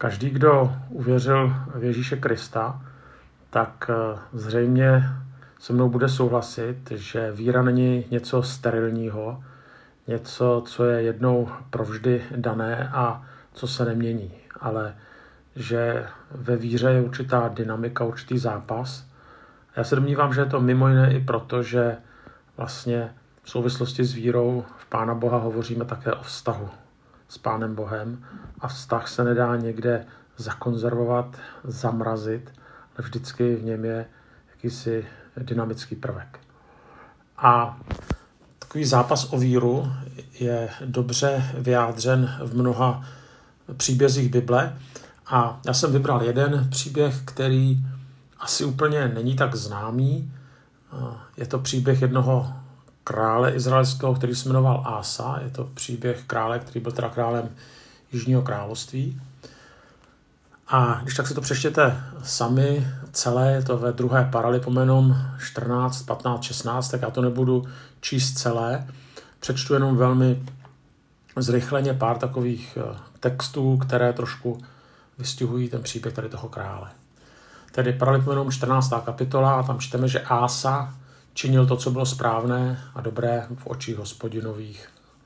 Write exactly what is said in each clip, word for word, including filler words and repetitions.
Každý, kdo uvěřil v Ježíše Krista, tak zřejmě se mnou bude souhlasit, že víra není něco sterilního, něco, co je jednou provždy dané a co se nemění, ale že ve víře je určitá dynamika, určitý zápas. Já se domnívám, že je to mimo jiné i proto, že vlastně v souvislosti s vírou v Pána Boha hovoříme také o vztahu s Pánem Bohem a vztah se nedá někde zakonzervovat, zamrazit, ale vždycky v něm je jakýsi dynamický prvek. A takový zápas o víru je dobře vyjádřen v mnoha příbězích Bible a já jsem vybral jeden příběh, který asi úplně není tak známý. Je to příběh jednoho krále izraelského, který se jmenoval Ása. Je to příběh krále, který byl teda králem Jižního království. A když tak si to přečtěte sami celé, je to ve druhé Paralipomenon čtrnáct, patnáct, šestnáct, tak já to nebudu číst celé. Přečtu jenom velmi zrychleně pár takových textů, které trošku vystihují ten příběh tady toho krále. Tedy Paralipomenon čtrnáctá kapitola a tam čteme, že Ása činil to, co bylo správné a dobré v očích Hospodinových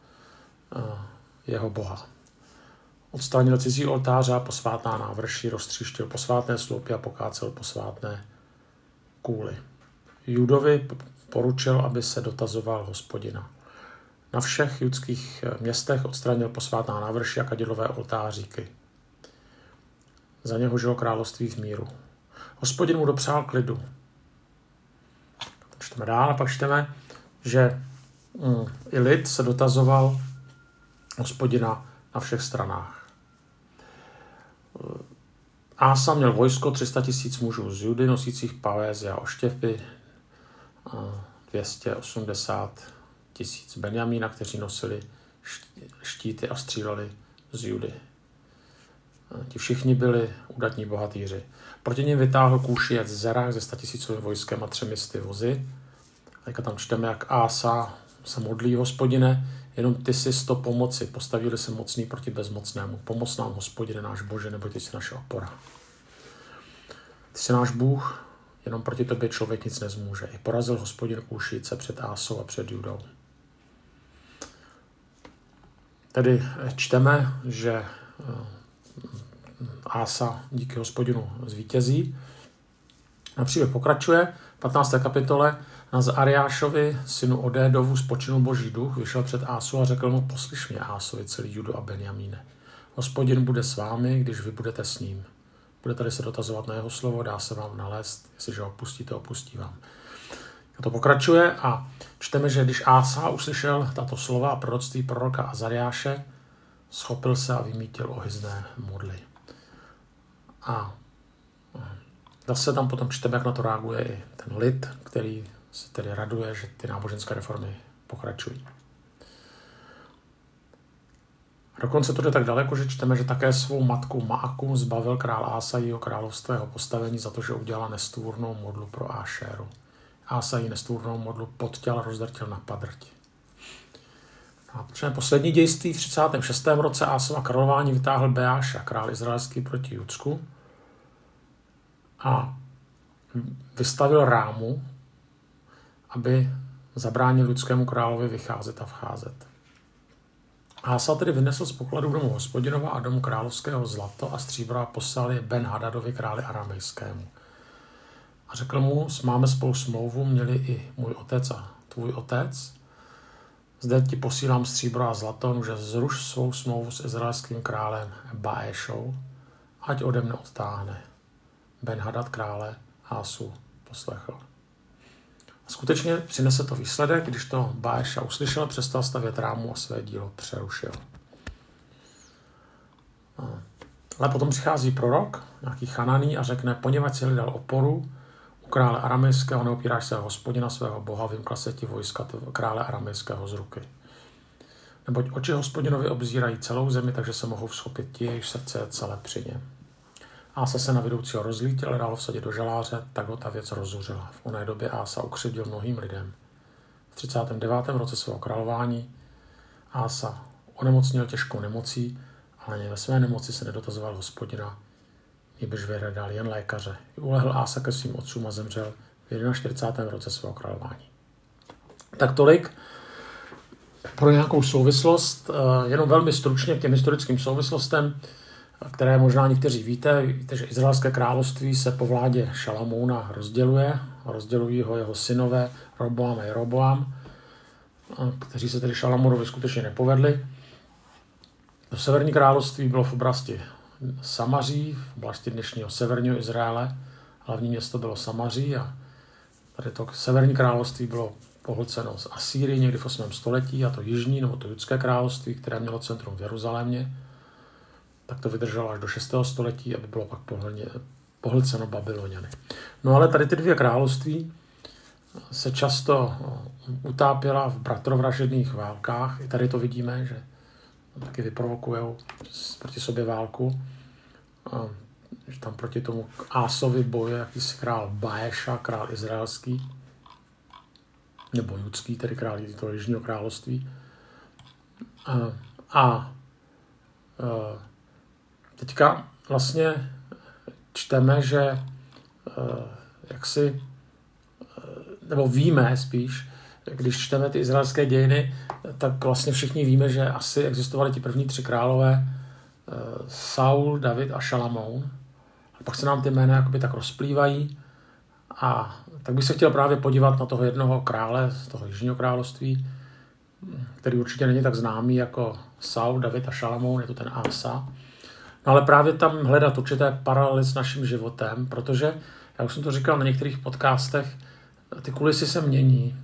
jeho Boha. Odstranil cizí oltáře a posvátná návrší, roztříštil posvátné sloupy a pokácel posvátné kůly. Judovi poručil, aby se dotazoval Hospodina. Na všech judských městech odstranil posvátná návrší a kadidlové oltáříky. Za něho žilo království v míru. Hospodin mu dopřál klidu. Čteme dál a pak čteme, že mm, i lid se dotazoval Hospodina na všech stranách. Ása měl vojsko tři sta tisíc mužů z Judy, nosících pavézy a oštěpy, dvě stě osmdesát tisíc Benjamína, kteří nosili štíty a stříleli z Judy. Ti všichni byli udatní bohatýři. Proti nim vytáhl Kúšiec Zerach se statisícovým vojskem a třemi sty vozy. A tam čteme, jak Ása se modlí, Hospodine, jenom ty si sto pomoci, postavili se mocný proti bezmocnému. Pomoc nám, Hospodine, náš Bože, nebo ty jsi naše opora. Ty jsi náš Bůh, jenom proti tobě člověk nic nezmůže. I porazil Hospodin Kúšice před Ásou a před Judou. Tedy čteme, že Ása díky Hospodinu zvítězí. A příběh pokračuje v patnácté kapitole. Na Zariášovi, synu Odédovu, spočinul Boží duch, vyšel před Ásu a řekl mu, poslyš mě, Ásovi, celý Judo a Benjamíne. Hospodin bude s vámi, když vy budete s ním. Budete-li se dotazovat na jeho slovo, dá se vám nalézt, jestliže ho opustíte, opustí vám. A to pokračuje a čteme, že když Ása uslyšel tato slova a proroctví proroka Azariáše, schopil se a vymítil ohyzné modly. A zase tam potom čteme, jak na to reaguje i ten lid, který se tedy raduje, že ty náboženské reformy pokračují. Dokonce to jde tak daleko, že čteme, že také svou matku Maaku zbavil král Ása jeho královského postavení za to, že udělala nestvůrnou modlu pro Ášéru. Ása jí nestvůrnou modlu podtěl a rozdrtil na padrť. A poslední dějství v třicátém šestém roce Ásova králování vytáhl Beáša, král izraelský, proti Judsku a vystavil rámu, aby zabránil judskému královi vycházet a vcházet. Ása tedy vynesl z pokladu domu Hospodinova a domu královského zlato a stříbro a poslal je Ben-Hadadovi králi aramejskému. A řekl mu, máme spolu smlouvu, měli i můj otec a tvůj otec. Zde ti posílám stříbro a zlato, že zruš svou smlouvu s izraelským králem Baéšou, ať ode mne odtáhne. Ben-Hadad krále Ásu poslechl. A skutečně přinese to výsledek, když to Baéša uslyšel, přestal stavět rámu a své dílo přerušil. Ale potom přichází prorok, nějaký Chananý, a řekne, poněvadž si hledal oporu u krále aramejského, neopíráš se Hospodina svého Boha, vymkla se ti vojska krále aramejského z ruky. Neboť oči Hospodinovi obzírají celou zemi, takže se mohou vzchopit ti, jejich srdce je celé při něm. Ása se na vedoucího rozlítil, ale dal vsadit do žaláře, tak ho ta věc rozzuřila. V oné době Ása ukřivdil mnohým lidem. V třicátém devátém roce svého králování Ása onemocněl těžkou nemocí a ale ani ve své nemoci se nedotazoval Hospodina, nýbrž vyhledal jen lékaře. Ulehl Ása ke svým otcům a zemřel v čtyřicátém prvním roce svého králování. Tak tolik pro nějakou souvislost, jenom velmi stručně k těm historickým souvislostem, které možná někteří víte. Víte, že Izraelské království se po vládě Šalamouna rozděluje. Rozdělují ho jeho synové Roboam a Jeroboam, kteří se tedy Šalamounovi skutečně nepovedli. To severní království bylo v oblasti Samaří, v oblasti dnešního severního Izraele. Hlavní město bylo Samaří a tady to severní království bylo pohlceno z Asýrii někdy v osmém století a to jižní, nebo to judské království, které mělo centrum v Jeruzalémě, tak to vydrželo až do šestého století, aby bylo pak pohlceno Babyloniany. No ale tady ty dvě království se často utápěla v bratrovražedných válkách. I tady to vidíme, že taky vyprovokují proti sobě válku. Že tam proti tomu Ásovi bojuje jakýsi král Baéša, král izraelský, nebo judský, tedy král toho jižního království. A, a teďka vlastně čteme, že jak si, nebo víme spíš, když čteme ty izraelské dějiny, tak vlastně všichni víme, že asi existovali ti první tři králové, Saul, David a Šalamoun. A pak se nám ty jména jakoby tak rozplývají. A tak bych se chtěl právě podívat na toho jednoho krále z toho jižního království, který určitě není tak známý jako Saul, David a Šalamoun, je to ten Ása. No ale právě tam hledat určité paralely s naším životem, protože, já už jsem to říkal na některých podcastech, ty kulisy se mění,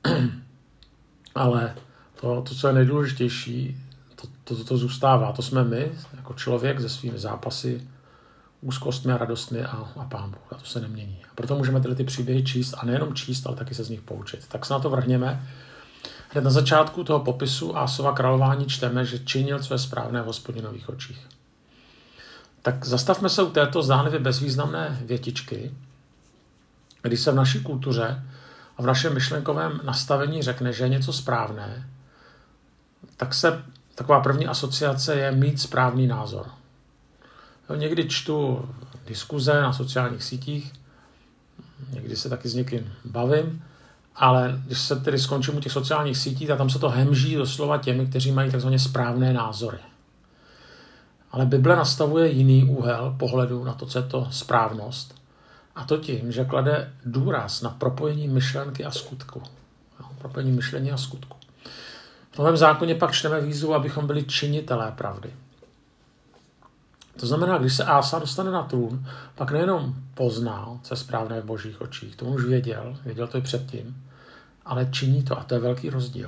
ale to, to co je nejdůležitější, to, to, to, to zůstává. To jsme my, jako člověk se svými zápasy, úzkostmi a radostmi a, a Pán Bůh. A to se nemění. A proto můžeme tyhle ty příběhy číst a nejenom číst, ale taky se z nich poučit. Tak se na to vrhněme. Hned na začátku toho popisu Ásova králování čteme, že činil, co je správné v Hospodinových očích. Tak zastavme se u této zdánlivě bezvýznamné větičky, kdy se v naší kultuře a v našem myšlenkovém nastavení řekne, že je něco správné, tak se taková první asociace je mít správný názor. Jo, někdy čtu diskuze na sociálních sítích, někdy se taky s někým bavím, ale když se tedy skončím u těch sociálních sítí, tak tam se to hemží doslova těmi, kteří mají takzvaně správné názory. Ale Bible nastavuje jiný úhel pohledu na to, co je to správnost. A to tím, že klade důraz na propojení myšlenky a skutku. Jo, propojení myšlení a skutku. V Novém zákoně pak čteme výzvu, abychom byli činitelé pravdy. To znamená, když se Ása dostane na trůn, pak nejenom poznal, co je správné v Božích očích, to už věděl, věděl to i předtím, ale činí to a to je velký rozdíl.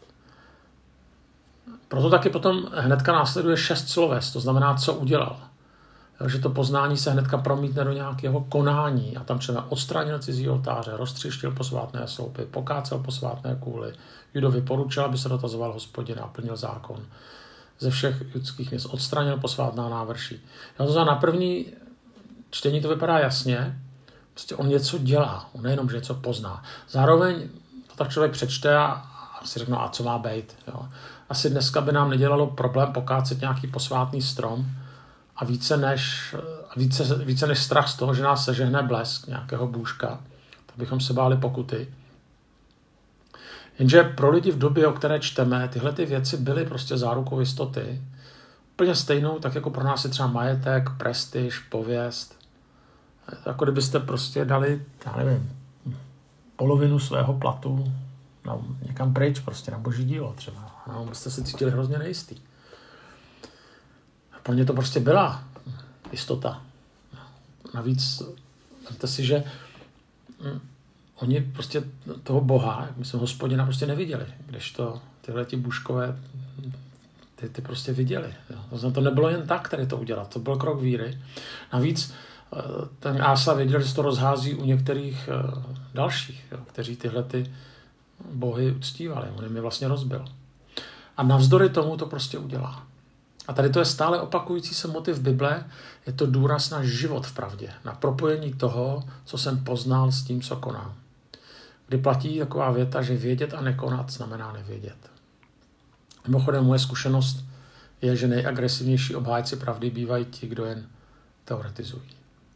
Proto taky potom hnedka následuje šest sloves, to znamená, co udělal. Že to poznání se hnedka promítne do nějakého konání a tam třeba odstranil cizí oltáře, roztříštil posvátné sloupy, pokácel posvátné kůly, Judovi poručil, aby se dotazoval Hospodina a plnil zákon. Ze všech judských měst odstranil posvátná návrší. No to znamená, na první čtení to vypadá jasně, prostě on něco dělá, on nejenom, že něco pozná. Zároveň to tak člověk přečte a, a si řekne, a co má být. Jo. Asi dneska by nám nedělalo problém pokácet nějaký posvátný strom a více než, více, více než strach z toho, že nás sežehne blesk nějakého bůžka, tak bychom se báli pokuty. Jenže pro lidi v době, o které čteme, tyhle ty věci byly prostě zárukou jistoty. Úplně stejnou, tak jako pro nás je třeba majetek, prestiž, pověst. Jako kdybyste prostě dali, já nevím, polovinu svého platu na, někam pryč, prostě na boží dílo třeba. No, byste se cítili hrozně nejistý. Pro ně to prostě byla jistota. Navíc, víte si, že oni prostě toho Boha, myslím, Hospodina prostě neviděli, kdežto tyhle ti bůžkové ty, ty prostě viděli. Jo. To nebylo jen tak, tady to udělat, to byl krok víry. Navíc ten Ása věděl, že se to rozhází u některých dalších, jo, kteří tyhle ty bohy uctívali. On jim je vlastně rozbil. A navzdory tomu to prostě udělá. A tady to je stále opakující se motiv Bible, je to důraz na život v pravdě, na propojení toho, co jsem poznal s tím, co konám. Kdy platí taková věta, že vědět a nekonat znamená nevědět. Mimochodem moje zkušenost je, že nejagresivnější obhájci pravdy bývají ti, kdo jen teoretizují.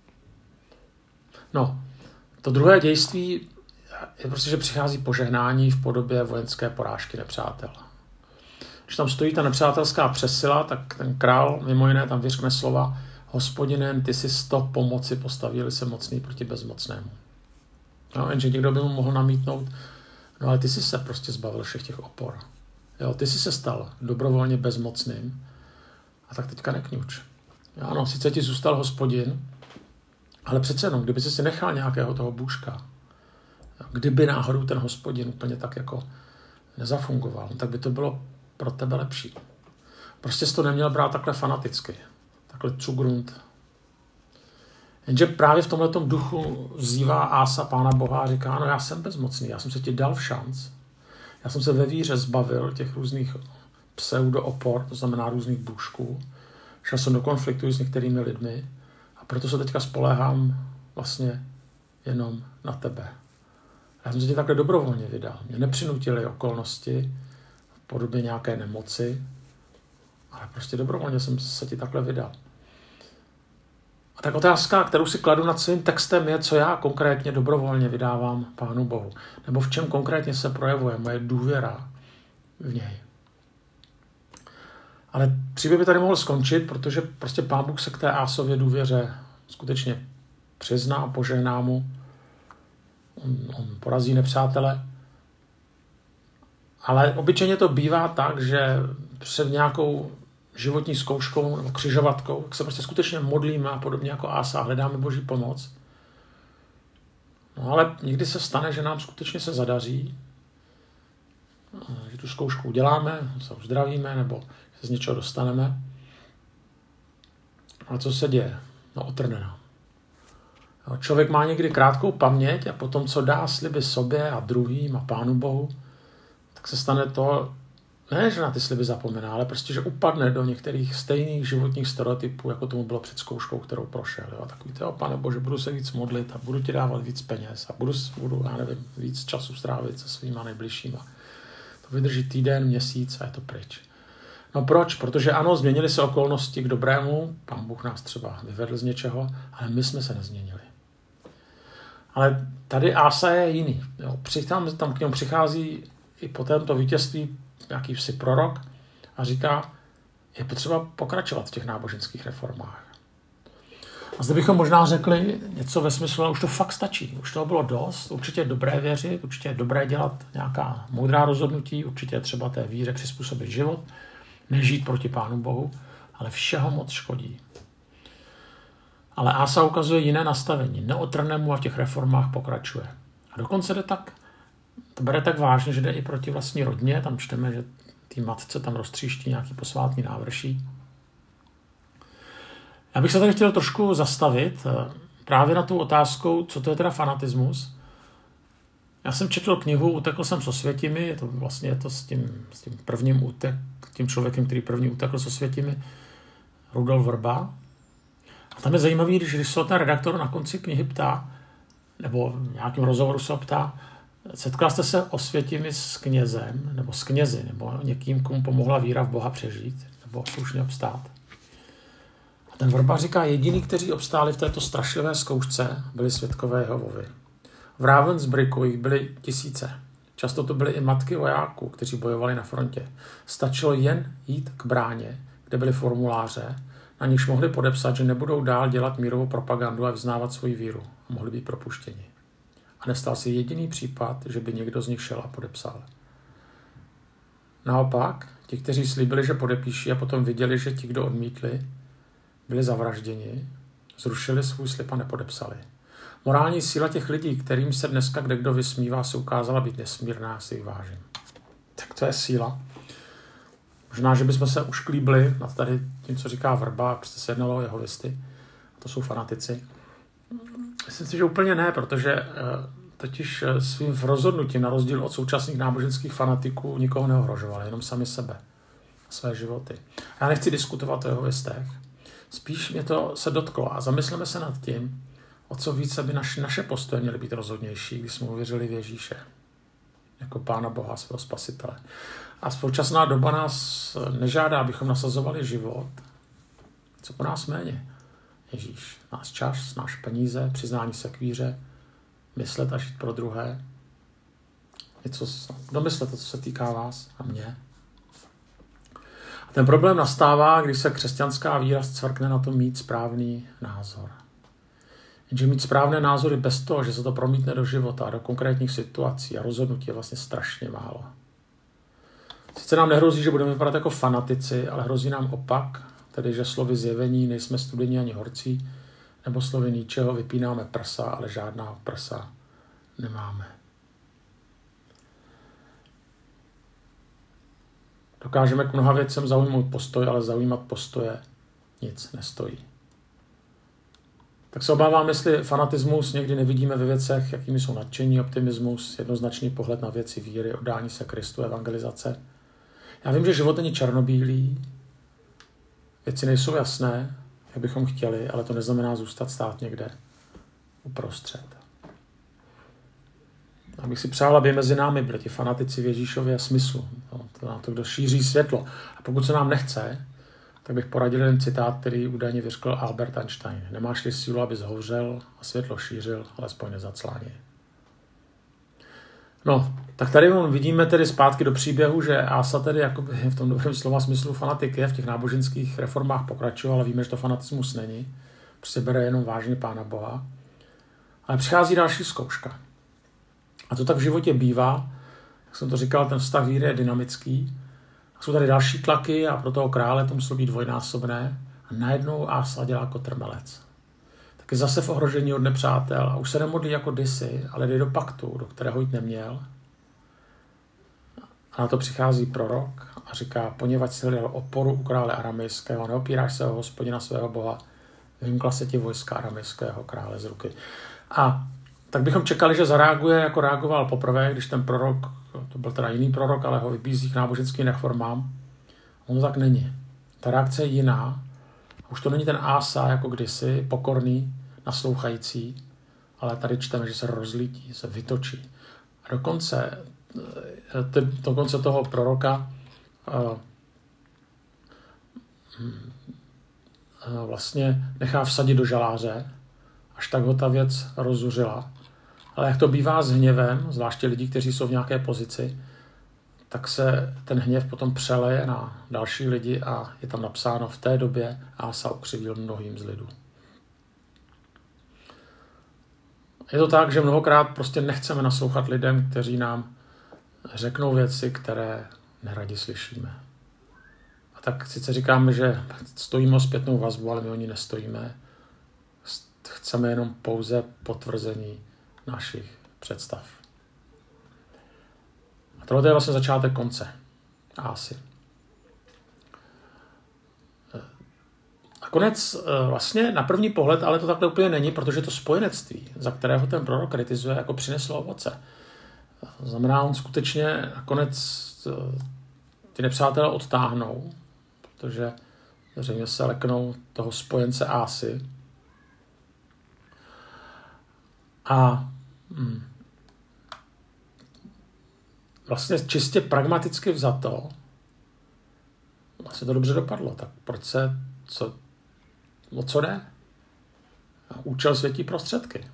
No, to druhé dějství je prostě, že přichází požehnání v podobě vojenské porážky nepřátel. Když tam stojí ta nepřátelská přesila, tak ten král mimo jiné tam vyřkne slova: Hospodinem, ty jsi sto pomoci, postavili se mocný proti bezmocnému. No, jenže někdo by mu mohl namítnout: no ale ty jsi se prostě zbavil všech těch opor. Jo, ty jsi se stal dobrovolně bezmocným a tak teďka nekňuč. Ano, sice ti zůstal Hospodin, ale přece jenom, kdyby jsi si nechal nějakého toho bůžka, kdyby náhodou ten Hospodin úplně tak jako nezafungoval, tak by to bylo pro tebe lepší. Prostě jsi to neměl brát takhle fanaticky, takhle cugrund. Jenže právě v tomhletom duchu vzývá Ása Pána Boha a říká: no já jsem bezmocný, já jsem se ti dal v šanc, já jsem se ve víře zbavil těch různých pseudo-opor, to znamená různých bůžků, šel jsem do konfliktu s některými lidmi a proto se teďka spoléhám vlastně jenom na tebe. Já jsem se ti takhle dobrovolně vydal. Mě nepřinutily okolnosti v podobě nějaké nemoci, ale prostě dobrovolně jsem se ti takhle vydal. A tak otázka, kterou si kladu nad svým textem, je, co já konkrétně dobrovolně vydávám Pánu Bohu. Nebo v čem konkrétně se projevuje moje důvěra v něj. Ale příběh by tady mohl skončit, protože prostě Pán Bůh se k té Ásově důvěře skutečně přizná, požehná mu. On, on porazí nepřátele. Ale obyčejně to bývá tak, že před nějakou životní zkouškou nebo křižovatkou, tak se prostě skutečně modlíme a podobně jako Ása, hledáme Boží pomoc. No ale někdy se stane, že nám skutečně se zadaří, že tu zkoušku uděláme, se uzdravíme nebo se z něčeho dostaneme. A co se děje? No otrne nám. Člověk má někdy krátkou paměť a potom, co dá sliby sobě a druhým a Pánu Bohu, tak se stane to, ne, že na ty sliby zapomene, ale prostě, že upadne do některých stejných životních stereotypů, jako tomu bylo před zkouškou, kterou prošel. Jo. Takový to, Pane Bože, budu se víc modlit a budu ti dávat víc peněz a budu, budu já nevím, víc času strávit se svýma nejbližšíma. To vydrží týden, měsíc a je to pryč. No proč? Protože ano, změnily se okolnosti k dobrému, Pán Bůh nás třeba vyvedl z něčeho, ale my jsme se nezměnili. Ale tady Ása je jiný. Jo. Tam, tam k němu přichází i po tomto vítězství nějaký si prorok a říká, je potřeba pokračovat v těch náboženských reformách. A zde bychom možná řekli něco ve smyslu, už to fakt stačí. Už toho bylo dost, určitě je dobré věřit, určitě je dobré dělat nějaká moudrá rozhodnutí, určitě je třeba té víře přizpůsobit život, nežít proti Pánu Bohu, ale všeho moc škodí. Ale Ása ukazuje jiné nastavení, neotrne mu a v těch reformách pokračuje. A dokonce jde tak, to bere tak vážně, že jde i proti vlastní rodině, tam čteme, že tý matce tam roztříští nějaký posvátný návrší. Já bych se tady chtěl trošku zastavit právě na tu otázkou, co to je teda fanatismus. Já jsem četl knihu Utekl jsem s Osvětimi, je to vlastně je to s tím, s tím prvním útek, tím člověkem, který první utekl s Osvětimi, Rudolf Vrba. A tam je zajímavý, když, když se ten redaktor na konci knihy ptá, nebo v nějakém rozhovoru se ptá, setkal jste se Osvětimi s knězem, nebo s knězi, nebo někým, komu pomohla víra v Boha přežít, nebo slušně obstát. A ten Vrba říká, jediní, kteří obstáli v této strašlivé zkoušce, byli svědkové Jehovovi. V Ravensbrücku jich byly tisíce. Často to byly i matky vojáků, kteří bojovali na frontě. Stačilo jen jít k bráně, kde byly formuláře, na nichž mohli podepsat, že nebudou dál dělat mírovou propagandu a vyznávat svoji víru. A mohli být propuštěni. A nestal se jediný případ, že by někdo z nich šel a podepsal. Naopak, ti, kteří slíbili, že podepíší a potom viděli, že ti, kdo odmítli, byli zavražděni, zrušili svůj slib a nepodepsali. Morální síla těch lidí, kterým se dneska kdekdo vysmívá, se ukázala být nesmírná, si jich vážím. Tak to je síla. Možná, že bychom se ušklíbli nad tady tím, co říká Vrba, a prostě se jednalo o jehovisty. To jsou fanatici. Myslím si, že úplně ne, protože totiž svým rozhodnutím, na rozdíl od současných náboženských fanatiků, nikoho neohrožovali, jenom sami sebe a své životy. Já nechci diskutovat o jehovistech. Spíš mě to se dotklo a zamysleme se nad tím, o co více by naš, naše postoje měly být rozhodnější, když jsme uvěřili v Ježíše jako Pána Boha, svého spasitele. A současná doba nás nežádá, abychom nasazovali život. Co po nás méně? Ježíš, náš čas, náš peníze, přiznání se k víře, myslet a žít pro druhé. Něco, domyslete, co se týká vás a mě. A ten problém nastává, když se křesťanská víra zcvrkne na to mít správný názor. Jenže mít správné názory bez toho, že se to promítne do života, do konkrétních situací a rozhodnutí je vlastně strašně málo. Sice nám nehrozí, že budeme vypadat jako fanatici, ale hrozí nám opak, tedy že slovy zjevení nejsme studeni ani horcí, nebo slovy ničeho vypínáme prsa, ale žádná prsa nemáme. Dokážeme k mnoha věcem zaujmout postoj, ale zaujímat postoje nic nestojí. Tak se obávám, jestli fanatismus někdy nevidíme ve věcech, jakými jsou nadšení, optimismus, jednoznačný pohled na věci víry, oddání se Kristu, evangelizace. Já vím, že život není černobílý, věci nejsou jasné, jak bychom chtěli, ale to neznamená zůstat stát někde uprostřed. Abych si přál, aby mezi námi byli ti fanatici v Ježíšově smyslu. No, to nám to, kdo šíří světlo. A pokud se nám nechce, tak bych poradil jeden citát, který údajně vyřkl Albert Einstein. Nemáš-li sílu, abys hořel a světlo šířil, alespoň nezaclání. No, tak tady vidíme tedy zpátky do příběhu, že Ása tedy jakoby v tom dobrém slova smyslu fanatik je, v těch náboženských reformách pokračuje, ale víme, že to fanatismus není. Prostě bere jenom vážně Pána Boha. Ale přichází další zkouška. A to tak v životě bývá, jak jsem to říkal, ten vztah víry je dynamický. A jsou tady další tlaky a pro toho krále to muselo být dvojnásobné. A najednou Ása dělá kotrmelec. Tak je zase v ohrožení od nepřátel a už se nemodlí jako kdysi, ale jde do paktu, do kterého jít neměl. A na to přichází prorok a říká, poněvadž si hledal oporu u krále aramejského, neopíráš se o Hospodina svého Boha, vymkla se ti vojska aramejského krále z ruky. A tak bychom čekali, že zareaguje, jako reagoval poprvé, když ten prorok, to byl teda jiný prorok, ale ho vybízí k náboženským reformám. On to tak není. Ta reakce je jiná. Už to není ten Ása, jako kdysi, pokorný, naslouchající, ale tady čteme, že se rozlítí, se vytočí. A dokonce, dokonce toho proroka vlastně nechá vsadit do žaláře, až tak ho ta věc rozuřila. Ale jak to bývá s hněvem, zvláště lidí, kteří jsou v nějaké pozici, tak se ten hněv potom přeleje na další lidi a je tam napsáno v té době Ása ukřivil mnohým z lidu. Je to tak, že mnohokrát prostě nechceme naslouchat lidem, kteří nám řeknou věci, které neradi slyšíme. A tak sice říkáme, že stojíme o zpětnou vazbu, ale my o ní nestojíme. Chceme jenom pouze potvrzení našich představ. A tohle je vlastně začátek konce Ásy. A konec vlastně na první pohled, ale to takhle úplně není, protože to spojenectví, za kterého ten prorok kritizuje, jako přineslo ovoce. Znamená, on skutečně nakonec ty nepřátelé odtáhnou, protože zřejmě se leknou toho spojence Ásy. A hmm, vlastně čistě pragmaticky vzato vlastně to dobře dopadlo. Tak proč se, co, o co jde? Účel světí prostředky.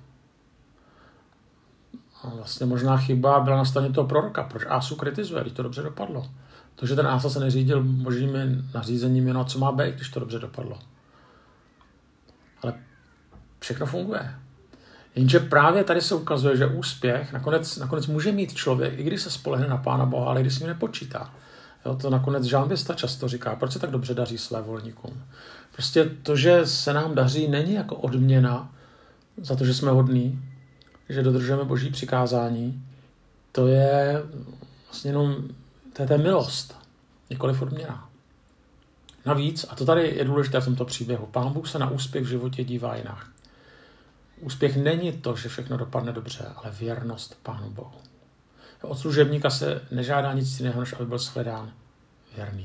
A vlastně možná chyba byla na straně toho proroka. Proč Ásu kritizuje, když to dobře dopadlo? To, že ten Ása se neřídil možnými nařízeními, no co má být, když to dobře dopadlo. Ale všechno funguje. Jenže právě tady se ukazuje, že úspěch nakonec, nakonec může mít člověk, i když se spolehne na Pána Boha, ale když s ním nepočítá. Jo, to nakonec žalmista často říká, proč se tak dobře daří svévolníkům. Prostě to, že se nám daří, není jako odměna za to, že jsme hodní, že dodržujeme Boží přikázání. To je vlastně jenom, to je ta milost, nikoliv odměna. Navíc, a to tady je důležité v tomto příběhu, Pán Bůh se na úspěch v životě dívá jinak. Úspěch není to, že všechno dopadne dobře, ale věrnost Pánu Bohu. Od služebníka se nežádá nic jiného, než aby byl shledán věrným.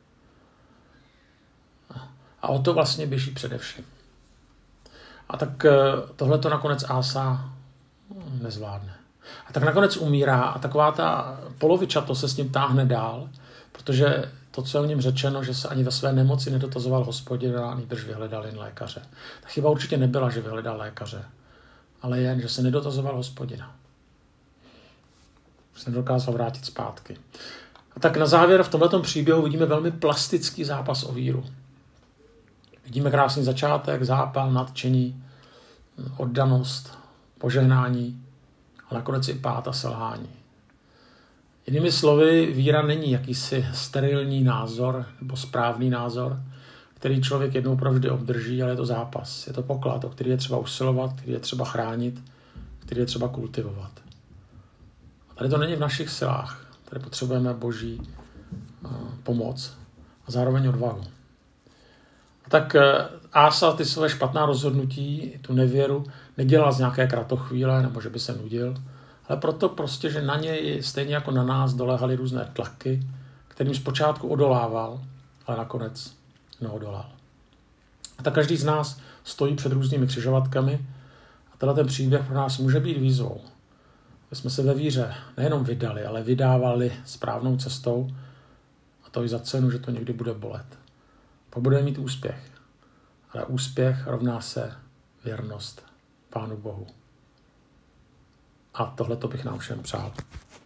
A o to vlastně běží především. A tak tohle to nakonec Ása nezvládne. A tak nakonec umírá a taková ta polovičatost se s ním táhne dál. Protože to, co je o něm řečeno, že se ani ve své nemoci nedotazoval Hospodina, nýbrž vyhledal jen lékaře. Ta chyba určitě nebyla, že vyhledal lékaře, ale jen, že se nedotazoval Hospodina. Že se nedokázal vrátit zpátky. A tak na závěr v tomto příběhu vidíme velmi plastický zápas o víru. Vidíme krásný začátek, zápal, nadšení, oddanost, požehnání a nakonec i pád a selhání. Jinými slovy, víra není jakýsi sterilní názor nebo správný názor, který člověk jednou provždy obdrží, ale je to zápas. Je to poklad, o který je třeba usilovat, který je třeba chránit, který je třeba kultivovat. A tady to není v našich silách. Tady potřebujeme Boží pomoc a zároveň odvahu. A tak Ása ty své špatná rozhodnutí, tu nevěru, nedělal z nějaké kratochvíle, nebo že by se nudil, ale proto prostě, že na něj stejně jako na nás doléhaly různé tlaky, kterým zpočátku odolával, ale nakonec neodolal. A tak každý z nás stojí před různými křižovatkami a tenhle ten příběh pro nás může být výzvou. My jsme se ve víře nejenom vydali, ale vydávali správnou cestou a to i za cenu, že to někdy bude bolet. Pak budeme mít úspěch, ale úspěch rovná se věrnost Pánu Bohu. A tohle to bych nám všem přál.